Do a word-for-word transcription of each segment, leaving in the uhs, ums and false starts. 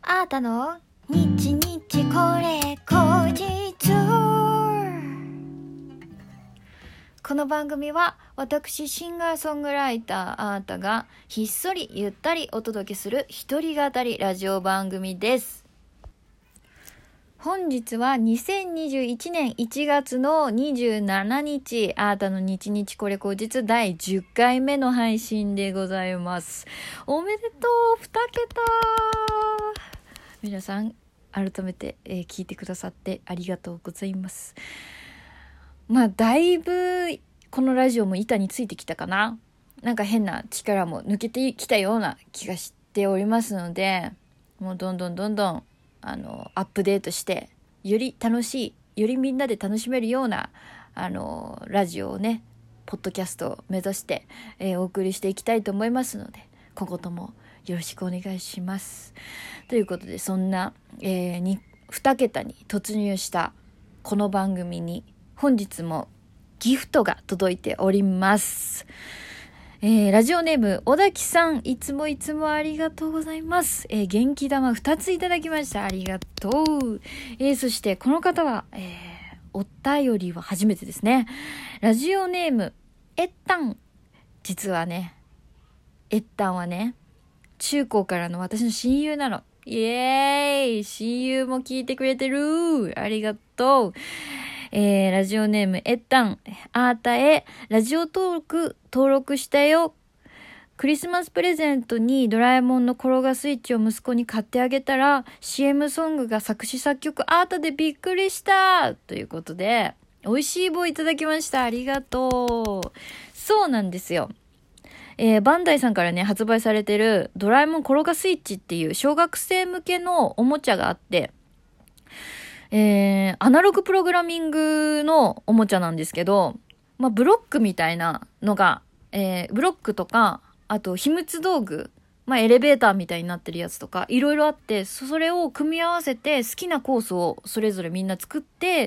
あーたの日日これ後日。この番組は私シンガーソングライターあーたがひっそりゆったりお届けする一人語りラジオ番組です。本日はにせんにじゅういちねんいちがつのにじゅうしちにち、あーたの日日これ後日だいじゅっかいめの配信でございます。おめでとう、にけた。皆さん改めて、えー、聞いてくださってありがとうございます。まあだいぶこのラジオも板についてきたかな。なんか変な力も抜けてきたような気がしておりますので、もうどんどんどんどんあのアップデートしてより楽しい、よりみんなで楽しめるようなあのラジオをね、ポッドキャストを目指して、えー、お送りしていきたいと思いますので、今後ともよろしくお願いします。ということで、そんな、えー、ににけたに突入したこの番組に本日もギフトが届いております。えー、ラジオネーム小滝さん、いつもいつもありがとうございます。えー、元気玉ふたついただきました。ありがとう。えー、そしてこの方は、えー、お便りは初めてですね。ラジオネームえったん。実はね、えったんはね、中高からの私の親友なの。イエーイ、親友も聞いてくれてる。ありがとう。えー、ラジオネームえったん、あーたへラジオトーク登録したよ。クリスマスプレゼントにドラえもんの転がスイッチを息子に買ってあげたら シーエム ソングが作詞作曲あーたでびっくりしたということで、美味しい棒いただきました。ありがとう。そうなんですよ。えー、バンダイさんからね発売されてるドラえもん転がスイッチっていう小学生向けのおもちゃがあって、えー、アナログプログラミングのおもちゃなんですけど、まあ、ブロックみたいなのが、えー、ブロックとか、あと秘密道具、まあ、エレベーターみたいになってるやつとかいろいろあって、それを組み合わせて好きなコースをそれぞれみんな作って、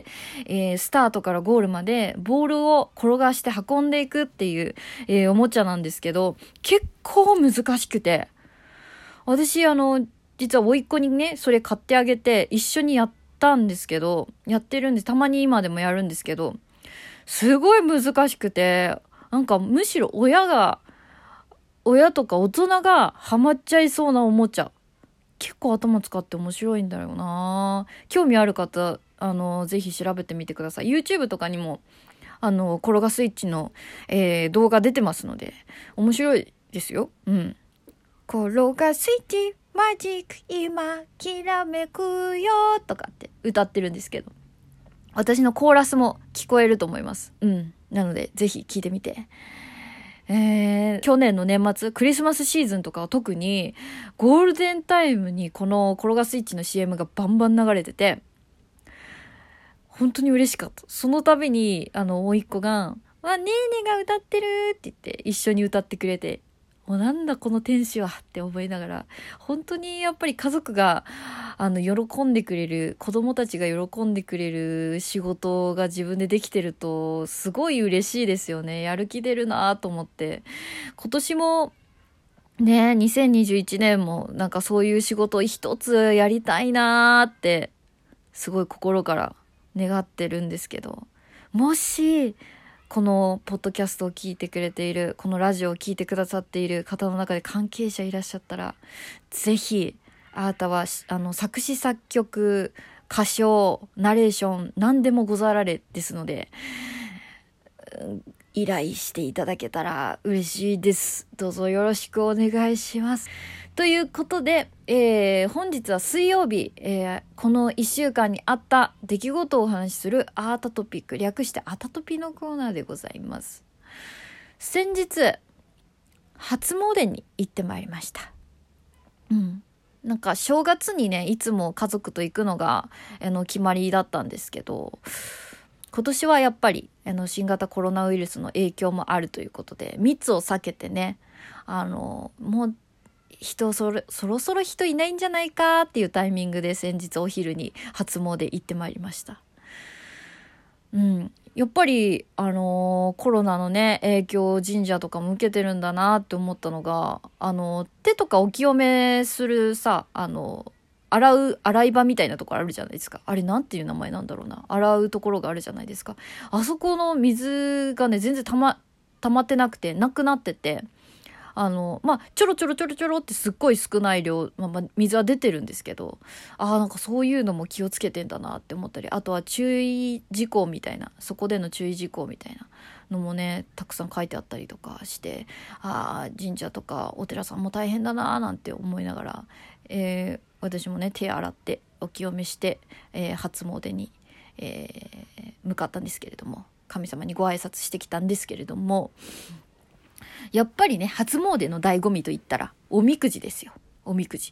えー、スタートからゴールまでボールを転がして運んでいくっていう、えー、おもちゃなんですけど、結構難しくて、私あの実は甥っ子にねそれ買ってあげて一緒にやったんですけど、やってるんです。たまに今でもやるんですけど、すごい難しくて、なんかむしろ親が親とか大人がハマっちゃいそうなおもちゃ。結構頭使って面白いんだよな。興味ある方、あのぜひ調べてみてください。 YouTube とかにもあの転がスイッチの、えー、動画出てますので面白いですよ。うん。転がスイッチマジック今きらめくよとかって歌ってるんですけど、私のコーラスも聞こえると思います。うん。なのでぜひ聞いてみて。えー、去年の年末クリスマスシーズンとかは特にゴールデンタイムにこの転がスイッチの シーエム がバンバン流れてて、本当に嬉しかった。その度にあの甥っ子がわ、ねーねが歌ってるって言って一緒に歌ってくれて、もうなんだこの天使はって思いながら、本当にやっぱり家族があの喜んでくれる、子供たちが喜んでくれる仕事が自分でできてるとすごい嬉しいですよね。やる気出るなと思って、今年もね、にせんにじゅういちねんもなんかそういう仕事を一つやりたいなってすごい心から願ってるんですけど、もしこのポッドキャストを聞いてくれている、このラジオを聞いてくださっている方の中で関係者いらっしゃったら、ぜひあなたはあの作詞作曲歌唱ナレーション何でもござられですので、依頼していただけたら嬉しいです。どうぞよろしくお願いします。ということで、えー、本日は水曜日、えー、このいっしゅうかんにあった出来事をお話しするアータトピック、略してアタトピのコーナーでございます。先日初詣に行ってまいりました。うん。なんか正月にねいつも家族と行くのがあの決まりだったんですけど、今年はやっぱりあの新型コロナウイルスの影響もあるということで密を避けてね、あのもう人そろそろそろ人いないんじゃないかっていうタイミングで先日お昼に初詣行ってまいりました。うん、やっぱりあのーコロナのね影響神社とかも受けてるんだなって思ったのが、あの手とかお清めするさ、あの洗う、洗い場みたいなところあるじゃないですか。あれなんていう名前なんだろうな。洗うところがあるじゃないですか。あそこの水がね、全然たま、溜まってなくて、なくなってて、あの、まあ、ちょろちょろちょろちょろってすっごい少ない量、まあ、まあ、水は出てるんですけど、ああ、なんかそういうのも気をつけてんだなって思ったり、あとは注意事項みたいな、そこでの注意事項みたいなのもね、たくさん書いてあったりとかして、ああ、神社とかお寺さんも大変だなーなんて思いながら、えー、私もね、手洗って、お清めして、えー、初詣に、えー、向かったんですけれども、神様にご挨拶してきたんですけれども、やっぱりね、初詣の醍醐味といったらおみくじですよ。おみくじ。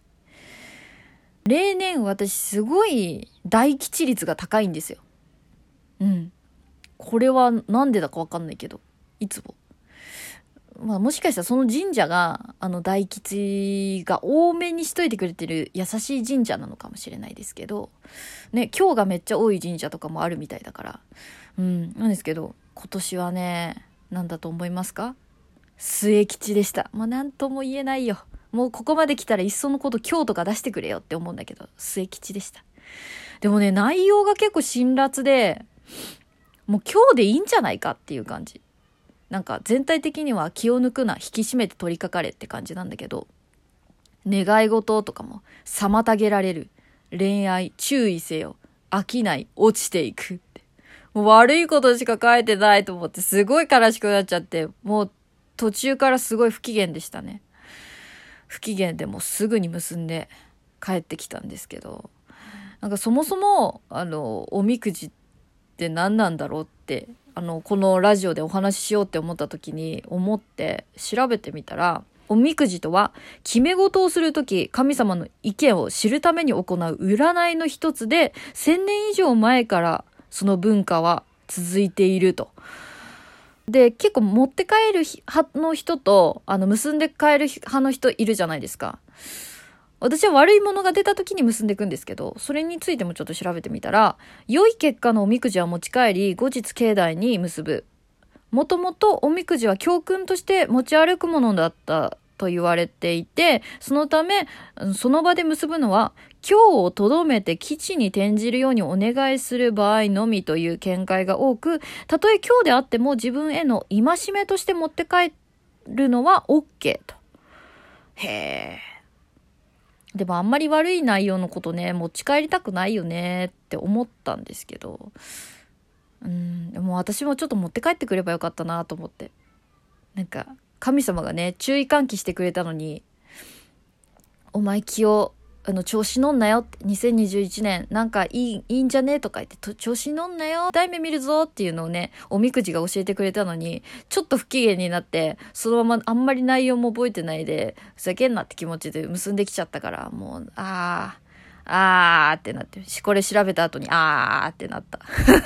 例年私すごい大吉率が高いんですよ。うん。これはなんでだかわかんないけど、いつも。まあもしかしたらその神社があの大吉が多めにしといてくれてる優しい神社なのかもしれないですけど、ね、今日がめっちゃ多い神社とかもあるみたいだから、うん、なんですけど、今年はね、なんだと思いますか？末吉でした。まあ、なんとも言えないよ。もうここまで来たらいっそのこと今日とか出してくれよって思うんだけど、末吉でした。でもね、内容が結構辛辣で、もう今日でいいんじゃないかっていう感じ。なんか全体的には気を抜くな、引き締めて取り掛かれって感じなんだけど、願い事とかも妨げられる。恋愛、注意せよ。飽きない、落ちていくって。もう悪いことしか書いてないと思ってすごい悲しくなっちゃって、もう途中からすごい不機嫌でしたね。不機嫌でもうすぐに結んで帰ってきたんですけど、なんかそもそもあのおみくじって何なんだろうってあのこのラジオでお話ししようって思った時に思って調べてみたら、おみくじとは決め事をするとき神様の意見を知るために行う占いの一つで、せんねん以上前からその文化は続いていると。で、結構持って帰る派の人と、あの、結んで帰る派の人いるじゃないですか。私は悪いものが出た時に結んでいくんですけど、それについてもちょっと調べてみたら、良い結果のおみくじは持ち帰り、後日境内に結ぶ。もともとおみくじは教訓として持ち歩くものだったと言われていて、そのため、その場で結ぶのは、今日をとどめて基地に転じるようにお願いする場合のみという見解が多く、たとえ今日であっても自分への戒めとして持って帰るのは OK と。へー。でもあんまり悪い内容のことね、持ち帰りたくないよねって思ったんですけど、うん、もう私もちょっと持って帰ってくればよかったなと思って。なんか、神様がね、注意喚起してくれたのに、お前気を、あの、調子乗んなよって、にせんにじゅういちねん、なんかいい、いいんじゃねとか言って、調子乗んなよ、大目見るぞっていうのをね、おみくじが教えてくれたのに、ちょっと不機嫌になって、そのままあんまり内容も覚えてないで、ふざけんなって気持ちで結んできちゃったから、もう、あー、あーってなって、これ調べた後に、あーってなった。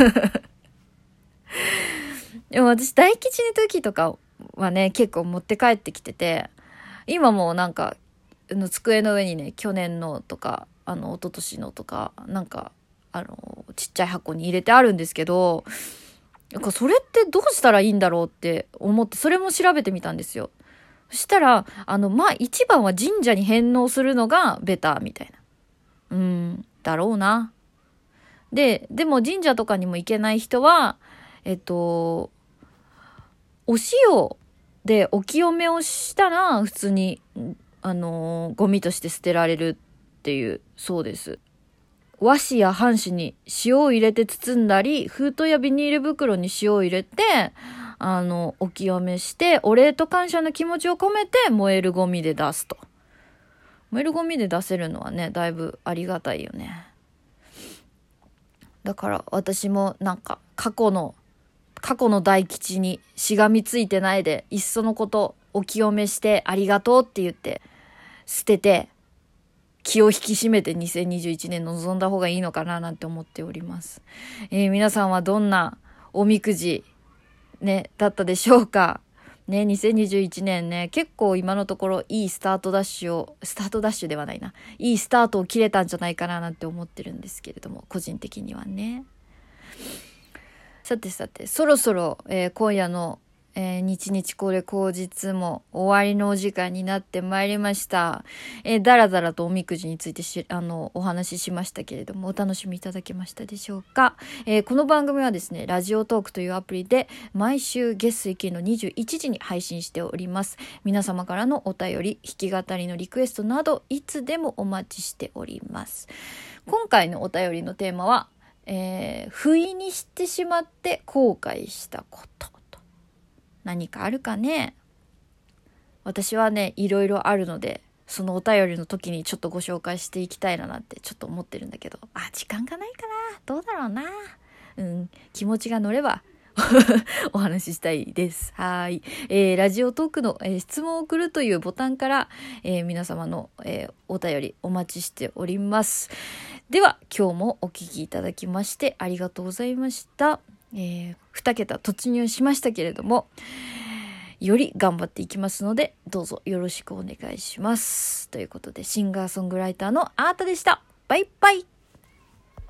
でも私、大吉の時とかはね、結構持って帰ってきてて、今もなんか、の机の上にね、去年のとか、あの、一昨年のとか、なんか、あの、ちっちゃい箱に入れてあるんですけど、なんかそれってどうしたらいいんだろうって思って、それも調べてみたんですよ。そしたら、あの、まあ、一番は神社に返納するのがベターみたいな。うーん、だろうな。で、でも神社とかにも行けない人は、えっと、お塩でお清めをしたら、普通に、あのー、ゴミとして捨てられるっていう、そうです。和紙や半紙に塩を入れて包んだり、封筒やビニール袋に塩を入れて、あの、お清めして、お礼と感謝の気持ちを込めて燃えるゴミで出すと。燃えるゴミで出せるのはね、だいぶありがたいよね。だから私もなんか過去の、過去の大吉にしがみついてないで、いっそのことお清めしてありがとうって言って、捨てて、気を引き締めてにせんにじゅういちねん臨んだ方がいいのかななんて思っております。えー、皆さんはどんなおみくじ、ね、だったでしょうか。ね、にせんにじゅういちねんね、結構今のところいいスタートダッシュを、スタートダッシュではないな。いいスタートを切れたんじゃないかななんて思ってるんですけれども、個人的にはね。さてさて、そろそろ、えー、今夜のえー、日々これ口実も終わりのお時間になってまいりました。えー、だらだらとおみくじについてし、あの、お話ししましたけれども、お楽しみいただけましたでしょうか。えー、この番組はですね、ラジオトークというアプリで毎週月水金のにじゅういちじに配信しております。皆様からのお便り、弾き語りのリクエストなど、いつでもお待ちしております。今回のお便りのテーマは、えー、不意にしてしまって後悔したことと。何かあるかね。私はね、いろいろあるので、そのお便りの時にちょっとご紹介していきたいななんてちょっと思ってるんだけど、あ、時間がないかな、どうだろうな、うん、気持ちが乗ればお話ししたいです。はい、えー、ラジオトークの、えー、質問を送るというボタンから、えー、皆様の、えー、お便りお待ちしております。では今日もお聞きいただきましてありがとうございました。えー、に桁突入しましたけれども、より頑張っていきますので、どうぞよろしくお願いします。ということで、シンガーソングライターのあーたでした。バイバイ。